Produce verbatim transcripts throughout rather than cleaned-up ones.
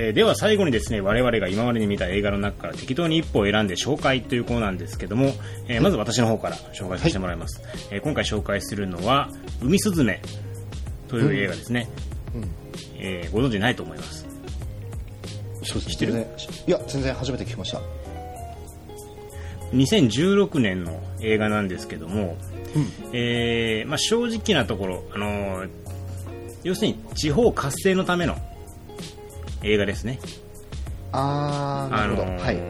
えー、では最後にですね、我々が今までに見た映画の中から適当に一本を選んで紹介というコーナーなんですけども、えー、まず私の方から紹介させてもらいます、はい。えー、今回紹介するのは海すずめという映画ですね、うんうん。えー、ご存知ないと思います。 そうですね、 知ってる？ いや全然初めて聞きました。 にせんじゅうろくねんの映画なんですけども、うん、えーまあ、正直なところ、あのー、要するに地方活性のための映画ですね。 あー、なるほど、あのーはいはい、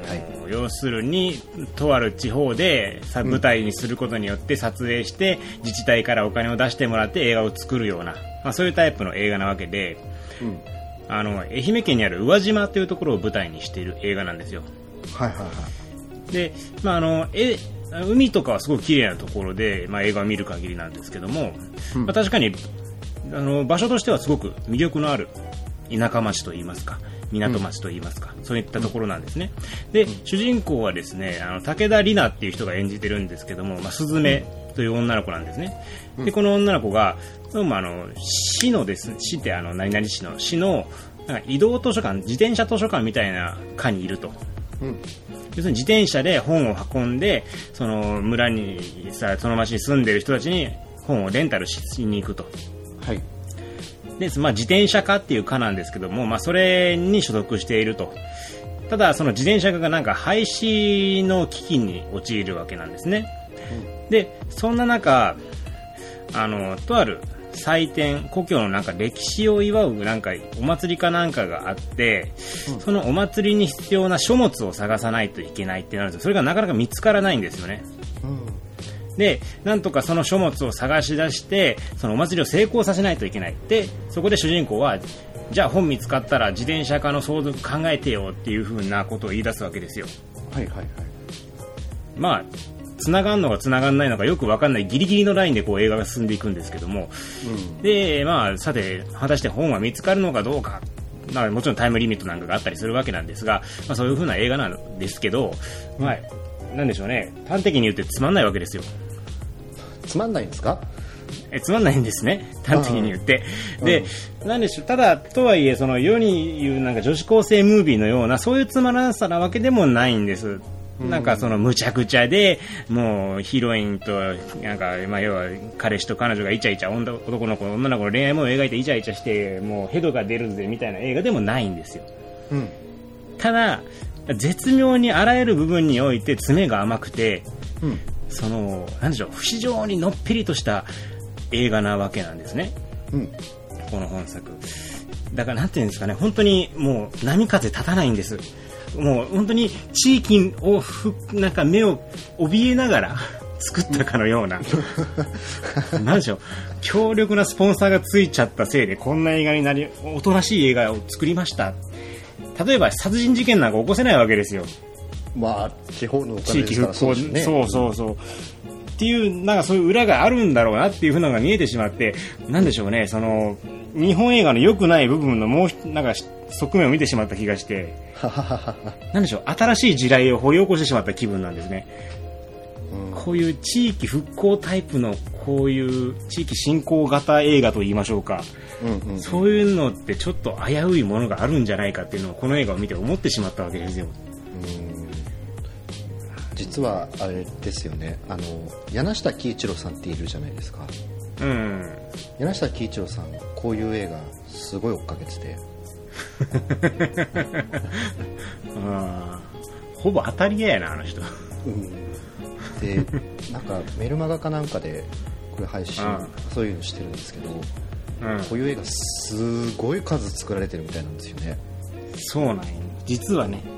要するにとある地方でさ舞台にすることによって撮影して自治体からお金を出してもらって映画を作るような、まあ、そういうタイプの映画なわけで、うん、あの愛媛県にある宇和島というところを舞台にしている映画なんですよ。 はいはいはい。 で、まあ、あのえ海とかはすごく綺麗なところで、まあ、映画を見る限りなんですけども、うんまあ、確かにあの場所としてはすごく魅力のある田舎町といいますか港町といいますか、うん、そういったところなんですね。で、うん、主人公はですね、あの武田里奈っていう人が演じてるんですけども、まあ、スズメという女の子なんですね。でこの女の子がどうもあの市のですね、市ってあの何々市の市のなんか移動図書館、自転車図書館みたいな課にいると、うん、要するに自転車で本を運んでその村にさ、その町に住んでいる人たちに本をレンタルしに行くと。はい。で、まあ、自転車課っていう課なんですけども、まあ、それに所属していると。ただその自転車課がなんか廃止の危機に陥るわけなんですね、うん、でそんな中あのとある祭典、故郷のなんか歴史を祝うなんかお祭りかなんかがあって、うん、そのお祭りに必要な書物を探さないといけないってなるんですよ。それがなかなか見つからないんですよね、うん、でなんとかその書物を探し出してそのお祭りを成功させないといけない。でそこで主人公はじゃあ本見つかったら自転車化の相続考えてよっていう風なことを言い出すわけですよ。はいはいはい。まあ繋がんのか繋がんないのかよく分かんないギリギリのラインでこう映画が進んでいくんですけども、うん、でまあさて果たして本は見つかるのかどうか、まあ、もちろんタイムリミットなんかがあったりするわけなんですが、まあ、そういう風な映画なんですけど、まあ、なんでしょうね、端的に言ってつまんないわけですよ。 つまんないんですか？ えつまんないんですね、端的に言って。で、うん、なんでしょう、ただとはいえその世に言うなんか女子高生ムービーのようなそういうつまらなさなわけでもないんです。なんかそのむちゃくちゃでもうヒロインとなんか、まあ、要は彼氏と彼女がイチャイチャ男の子女の子の恋愛も描いてイチャイチャしてもうヘドが出るぜみたいな映画でもないんですよ、うん、ただ絶妙にあらゆる部分において詰めが甘くて、うん、そのなんでしょう、非常にのっぺりとした映画なわけなんですね、うん、この本作だからなんていうんですかね、本当にもう波風立たないんです。もう本当に地域をふなんか目を怯えながら作ったかのようななんでしょう、強力なスポンサーがついちゃったせいでこんな映画になりおとなしい映画を作りました。例えば殺人事件なんか起こせないわけですよ。 まあ地方のお金ですからそうですね。そうそうそうっていうなんかそういう裏があるんだろうなっていう風なのが見えてしまって、なんでしょうね、その日本映画の良くない部分のもうなんか側面を見てしまった気がしてなんでしょう、新しい地雷を掘り起こしてしまった気分なんですね、うん、こういう地域復興タイプのこういう地域振興型映画と言いましょうか、うんうんうん、そういうのってちょっと危ういものがあるんじゃないかっていうのをこの映画を見て思ってしまったわけですよ。うん、 実はあれですよね、あの柳下喜一郎さんっているじゃないですか、うん、柳下喜一郎さんこういう映画すごい追っかけててあほぼ当たり屋やなあの人、うん、 でなんかメルマガかなんかでこれ配信そういうのしてるんですけど、うん、こういう映画すごい数作られてるみたいなんですよね。 そうなんよ、実はね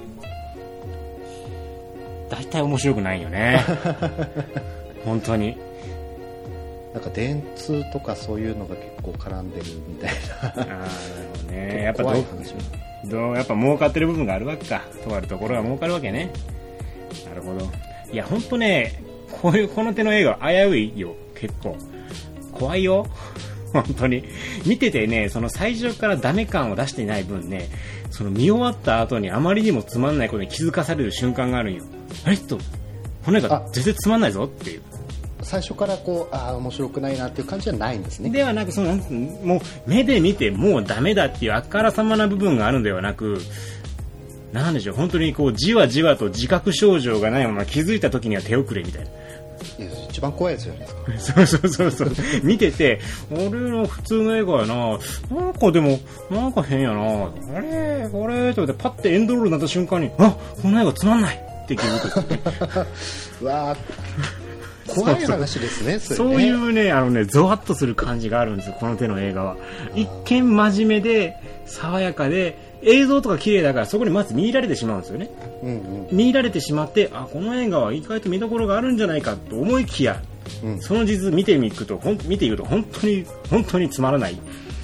大体面白くないよね本当になんか電通とかそういうのが結構絡んでるみたいな。あーなるほどね。 やっぱどどうやっぱ儲かってる部分があるわけか。とあるところが儲かるわけね。なるほど。いや本当ね、こういうこの手の映画危ういよ、結構怖いよ。本当に見ててね、その最初からダメ感を出していない分ね、その見終わった後にあまりにもつまんないことに気づかされる瞬間があるんよ。あれとこの映画全然つまんないぞっていう。 最初からこうあ面白くないなっていう感じじゃないんですね。 ではなくそのもう目で見てもうダメだっていうあからさまな部分があるのではなく、なんでしょう、本当にこうじわじわと自覚症状がないまま気づいた時には手遅れみたいな。 いや一番怖いですよね。 そうそうそうそう見てて俺の普通の映画やな、なんかでもなんか変やな、あれあれと思ってパッてエンドロールになった瞬間にあこの映画つまんないって気づくうわ怖い話ですね。 そ, そういうねあのねゾワッとする感じがあるんですよこの手の映画は。一見真面目で爽やかで映像とか綺麗だからそこにまず見入られてしまうんですよね、うんうん、見入られてしまってあこの映画は意外と見どころがあるんじゃないかと思いきや、うん、その実見ていくとほん見ていくと本当に本当につまらない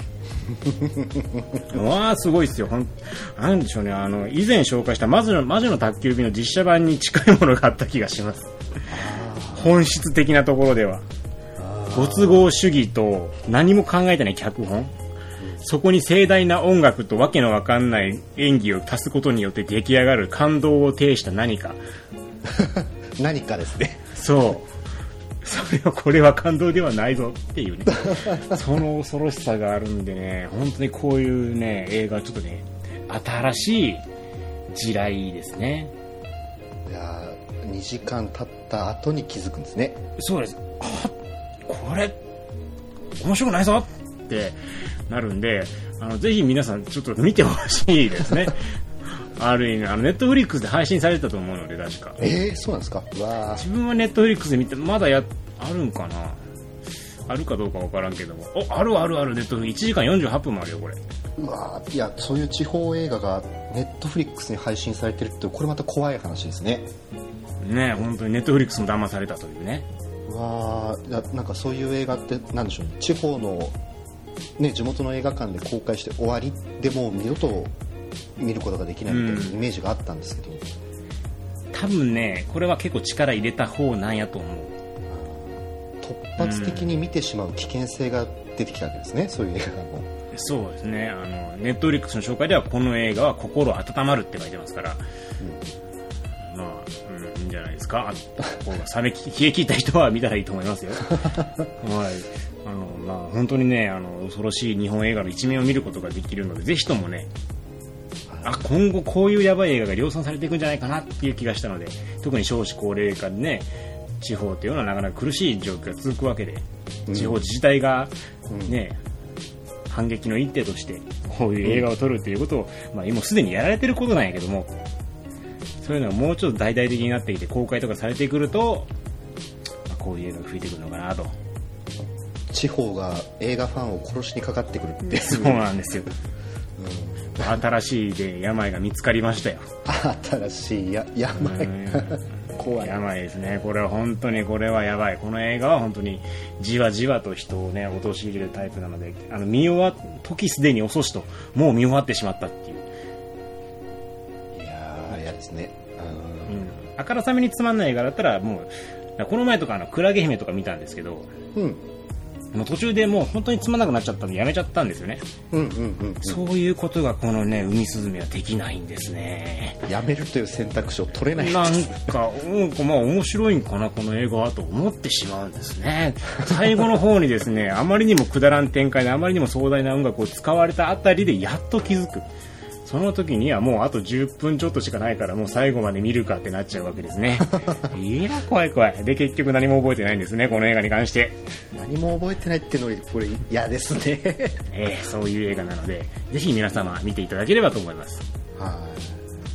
わあすごいですよ。ほんなんでしょうね、あの以前紹介した魔女の魔女の宅急便の実写版に近いものがあった気がします。本質的なところではご都合主義と何も考えてない脚本、そこに盛大な音楽とわけのわかんない演技を足すことによって出来上がる感動を呈した何か何かですね。 そうそれはこれは感動ではないぞっていうねその恐ろしさがあるんでね、本当にこういうね映画はちょっとね新しい地雷ですね。 いやにじかん経った後に気づくんですね。 そうです。あこれ面白くないぞってなるんで、あのぜひ皆さんちょっと見てほしいですねある意味あのネットフリックスで配信されてたと思うので確か。 えー、そうなんですか。うわ自分はネットフリックスで見てまだやあるんかな、あるかどうか分からんけども、おあるあるあるネットフリいちじかんよんじゅうはっぷんもあるよこれ。 うわいやそういう地方映画がネットフリックスに配信されてるってこれまた怖い話ですね。 ね本当にネットフリックスも騙されたというね。 うわいやなんかそういう映画ってなんでしょうね、地方のね、地元の映画館で公開して終わりでも二度と見ることができないみたいなイメージがあったんですけど、うん、 多分ねこれは結構力入れた方なんやと思う。 突発的に見てしまう危険性が出てきたわけですね、うん、そういう映画も。 そうですね、あのネットフリックスの紹介ではこの映画は心温まるって書いてますから、うん、まあ、うん、いいんじゃないですか。こう冷め冷え切った人は見たらいいと思いますよはいあのまあ、本当にねあの恐ろしい日本映画の一面を見ることができるのでぜひともねあ今後こういうヤバい映画が量産されていくんじゃないかなっていう気がしたので、特に少子高齢化でね地方っていうのはなかなか苦しい状況が続くわけで、うん、地方自治体がね、うん、反撃の一手としてこういう映画を撮るっていうことを、まあ、今すでにやられてることなんやけども、そういうのがもうちょっと大々的になってきて公開とかされてくると、まあ、こういう映画が増えてくるのかなと。 地方が映画ファンを殺しにかかってくるってそうなんですよ、うん、新しいで病が見つかりましたよ。 新しいや病怖い病ですね。これは本当にこれはやばい。この映画は本当にじわじわと人をね陥れるタイプなので、あの見終わ時すでに遅しともう見終わってしまったっていう。 いやー嫌ですね、 うん、あからさめにつまんない映画だったらもうこの前とかあのクラゲ姫とか見たんですけど、うんもう途中でもう本当につまんなくなっちゃったんでやめちゃったんですよね、うんうんうんうん、そういうことがこのね海スズメはできないんですね。 やめるという選択肢を取れないんなんか、うん、まあ面白いんかなこの映画はと思ってしまうんですね。最後の方にですねあまりにもくだらん展開であまりにも壮大な音楽を使われたあたりでやっと気づく。その時にはもうあとじゅっぷんちょっとしかないからもう最後まで見るかってなっちゃうわけですねいや怖い怖い。で結局何も覚えてないんですねこの映画に関して。 何も覚えてないっていうのこれ嫌ですねえー、そういう映画なのでぜひ皆様見ていただければと思います。はい、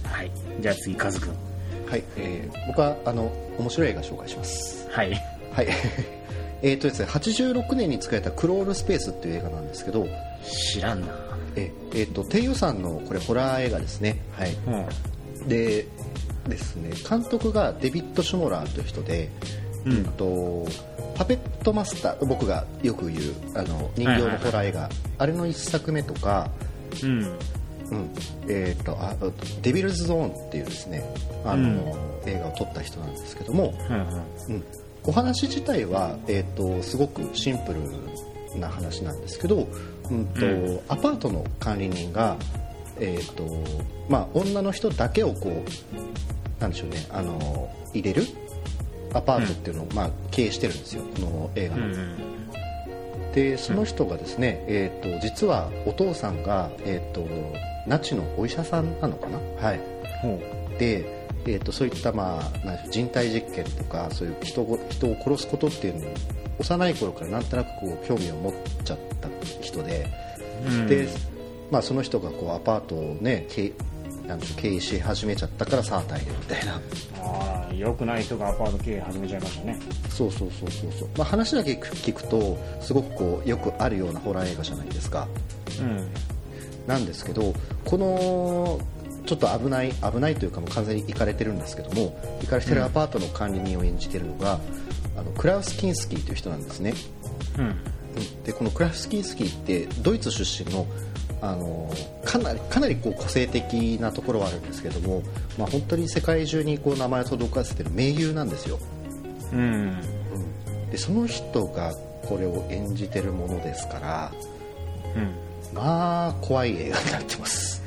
はい、じゃあ次カズくん。 はい、えー、僕はあの面白い映画紹介します。 はいはいえーとですねはちじゅうろくねんに作られたクロールスペースっていう映画なんですけど、 知らんな。 ええー、と低予算のこれホラー映画ですね。はい、うん、でですね監督がデビッド・シュモラーという人で、うん、とパペットマスター僕がよく言うあの人形のホラー映画、はいはいはい、あれのいっさくめとか、うんうんえー、とあデビルズ・ゾーンっていうですねあの、うん、映画を撮った人なんですけども、うんうん、お話自体は、えー、とすごくシンプルな話なんですけど、うんとうん、アパートの管理人が、えーとまあ、女の人だけをこうなんでしょうねあの入れるアアパートっていうのを、まあ、経営してるんですよ、この映画の、うんうん、でその人がですね、えー、と実はお父さんが、えー、とナチのお医者さんなのかな、はい、で、えー、とそういった、まあ、なん人体実験とかそういう人を、人を殺すことっていうのを幼い頃からなんとなくこう興味を持っちゃった人で、うん、で、まあ、その人がこうアパートを、ね、経, なん経営し始めちゃったからさあ大変みたいな。 ああ、良くない人がアパート経営始めちゃいましたね。 そうそうそうそうそう、まあ、話だけ聞くとすごくこうよくあるようなホラー映画じゃないですか、うん、なんですけど、このちょっと危ない危ないというかもう完全にイカれてるんですけども、イカれてるアパートの管理人を演じてるのが、うん、あのクラウス・キンスキーという人なんですね、うん、でこのクラウス・キンスキーってドイツ出身のあのかなり、かなりこう個性的なところはあるんですけども、まあ、本当に世界中にこう名前を轟かせている名優なんですよ、うんうん、でその人がこれを演じてるものですから、うん、まあ怖い映画になってます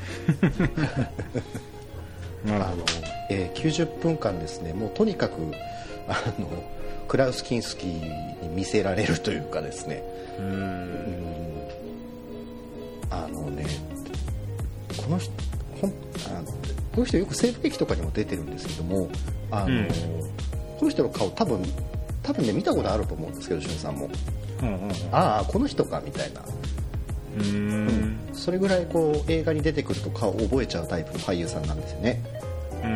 あの、えー、きゅうじゅっぷんかんですね、もうとにかくあのクラウス・キンスキーに見せられるというかですね、うーん、あのね、この人ほんあのこの人よく西部劇とかにも出てるんですけども、あの、うん、この人の顔多分多分ね見たことあると思うんですけど、しゅんさんも、うんうんうん、ああこの人かみたいな、うーん、うん、それぐらいこう映画に出てくると顔を覚えちゃうタイプの俳優さんなんですよね、うんうん、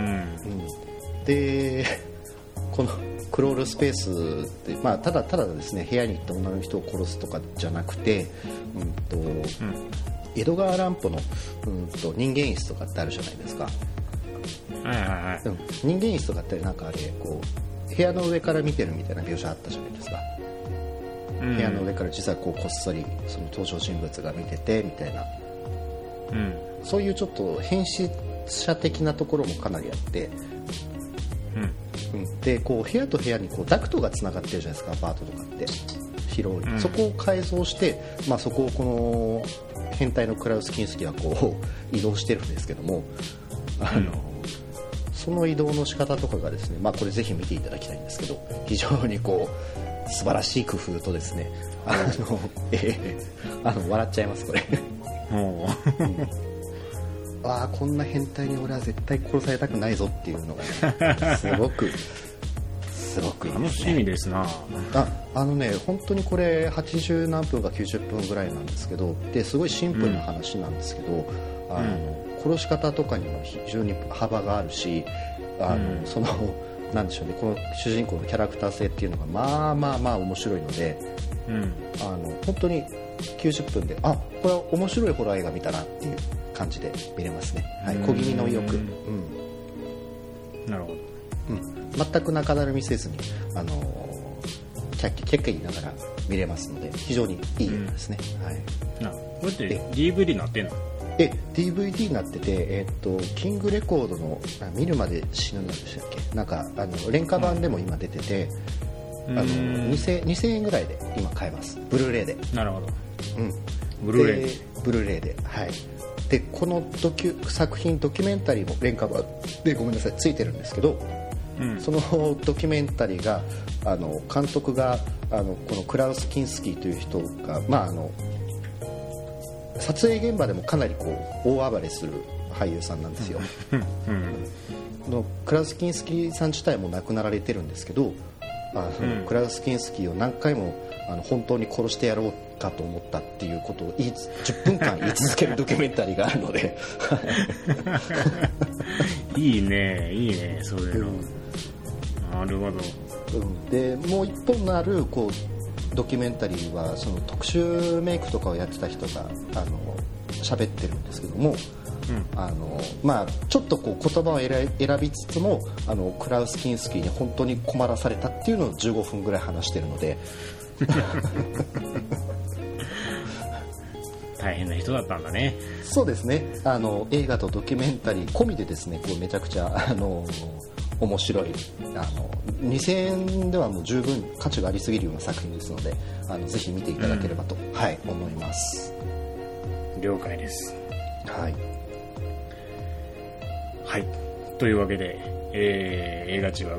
でこのクロールスペースって、まあ、ただただですね部屋に行った女の人を殺すとかじゃなくて、うんとうん、江戸川乱歩の、うんと人間椅子とかってあるじゃないですか、はいはいはい、うん、人間椅子とかってなんかあれこう部屋の上から見てるみたいな描写あったじゃないですか、うん、部屋の上から実はこうこっそりその登場人物が見ててみたいな、うん、そういうちょっと変質者的なところもかなりあって、うん、でこう部屋と部屋にこうダクトがつながってるじゃないですか、アパートとかって広い、うん、そこを改造して、まあ、そこをこの変態のクラウス・キンスキーはこう移動してるんですけども、あの、うん、その移動の仕方とかがですね、まあ、これぜひ見ていただきたいんですけど、非常にこう素晴らしい工夫とですね、あの、えー、あの笑っちゃいますこれうん、ああこんな変態に俺は絶対殺されたくないぞっていうのが、ね、すごくすごくいいですね。楽しみですなあ。あのね本当にこれはちじゅうなんぷんかきゅうじゅっぷんぐらいなんですけど、ですごいシンプルな話なんですけど、うん、あの殺し方とかにも非常に幅があるし、あの、うん、そのなんでしょうね、この主人公のキャラクター性っていうのがまあまあまあ面白いので、うん、あの本当にきゅうじゅっぷんであこれは面白いホラー映画見たなっていう感じで見れますね、はい、小気味のよく、うん、なるほど、うん、全く中だるみせずに、あのー、キャッキャキャッキャ言いながら見れますので非常にいい映画ですね、うん、はい、 なこれって ディーブイディー になってんの？ え ディーブイディー になってて、えー、っとキングレコードの見るまで死ぬんでしたっけ、なんかあの廉価版でも今出てて、うん、あの にせんえんぐらいで今買えます、ブルーレイで。なるほど、うん、ブルーレイブルーレイで、はい。でこのドキュ作品ドキュメンタリーも廉価版でごめんなさいついてるんですけど、うん、そのドキュメンタリーがあの監督があのこのクラウス・キンスキーという人が、まあ、あの撮影現場でもかなりこう大暴れする俳優さんなんですよ、うん、のクラウス・キンスキーさん自体も亡くなられてるんですけど、あの、うん、クラウス・キンスキーを何回もあの本当に殺してやろうかと思ったっていうことを言いじゅっぷんかん言い続けるドキュメンタリーがあるのでいいねいいねそういうの、うん、なるほど、 うん、でもう一本のあるこうドキュメンタリーはその特殊メイクとかをやってた人があの喋ってるんですけども、うん、あのまあ、ちょっとこう言葉を選びつつもあのクラウス・キンスキーに本当に困らされたっていうのをじゅうごふんぐらい話してるので大変な人だったんだね。 そうですね、あの映画とドキュメンタリー込みでですねこうめちゃくちゃあの面白い、あのにせんえんではもう十分価値がありすぎるような作品ですので、あのぜひ見ていただければと、うん、はい、思います。 了解です。 はいはい、というわけで、えー、映画ちわぐれ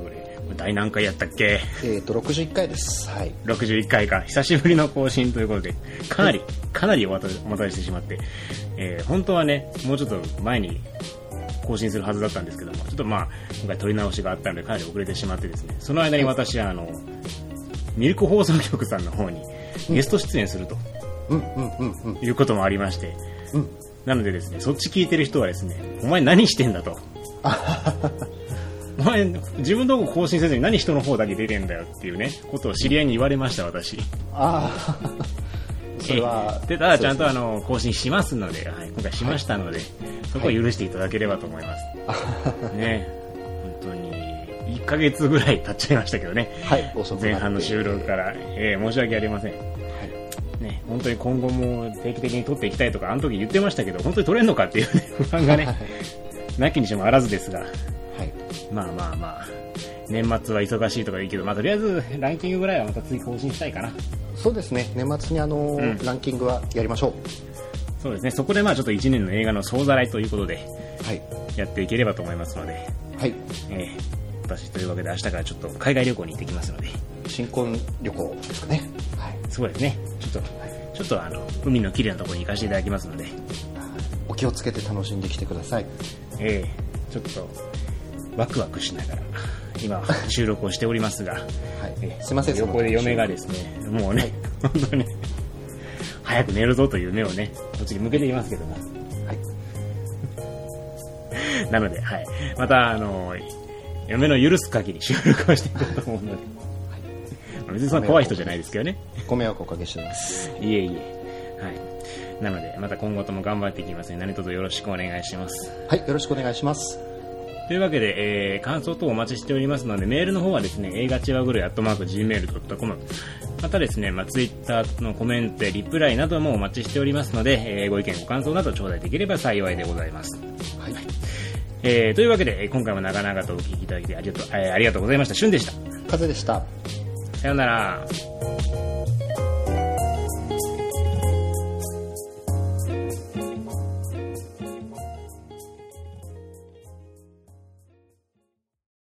第何回やったっけ？ えっとろくじゅういっかいです。はい。 ろくじゅういっかいか。久しぶりの更新ということで、かなり、はい、かなりお待たせ、お待たせしてしまって、えー、本当はね、もうちょっと前に更新するはずだったんですけども、ちょっとまあ、今回撮り直しがあったので、かなり遅れてしまってですね、その間に私は、あの、ミルク放送局さんの方にゲスト出演すると、 うんうんうんうん、 いうこともありまして、 うん、 なのでですね、そっち聞いてる人はですね、お前何してんだと。お前自分のとこ更新せずに何人の方だけ出てんだよっていうねことを知り合いに言われました。私ああそれはでただちゃんとあの更新しますので、はい、今回しましたので、はい、そこを許していただければと思います、はい、ね本当にいっかげつぐらい経っちゃいましたけどね、 はい、遅くなって前半の収録から、えー、申し訳ありません、はいね、本当に今後も定期的に撮っていきたいとかあの時言ってましたけど本当に撮れるのかっていう、ね、不安がねなきにしもあらずですが、はい、まあまあまあ年末は忙しいとか言うけど、まあ、とりあえずランキングぐらいはまた次更新したいかな。 そうですね、年末にあの、うん、ランキングはやりましょう。 そうですね、そこでまあちょっといちねんの映画の総ざらいということで、はい、やっていければと思いますので、はい、えー、私というわけで明日からちょっと海外旅行に行ってきますので、 新婚旅行ですかね、 はい、そうですね、ちょっと、はい、ちょっとあの海の綺麗なところに行かせていただきますので、 お気をつけて楽しんできてください。 えー、ちょっとワクワクしながら今収録をしておりますが、はい、 えー、すいません、 横で嫁がですねもうね、はい、本当に早く寝るぞという目をねこっちに向けていますけども、はい、なので、はい、またあの嫁の許す限り収録をしていこうと思うので、はい、別にそんな怖い人じゃないですけどね、 ご迷惑おかけしてます。 いえいえ、はい、なのでまた今後とも頑張っていきますので何卒よろしくお願いします。 はい、よろしくお願いします。 というわけで、えー、感想等お待ちしておりますので、メールの方はですね、映画チワグルアットマーク ジーメールドットコム、またですね、まあ、ツイッターのコメントやリプライなどもお待ちしておりますので、えー、ご意見ご感想など頂戴できれば幸いでございます。はい。えー、というわけで、今回も長々とお聞きいただきありがとう、えー、ありがとうございました。しゅんでした。 風でした。 さようなら。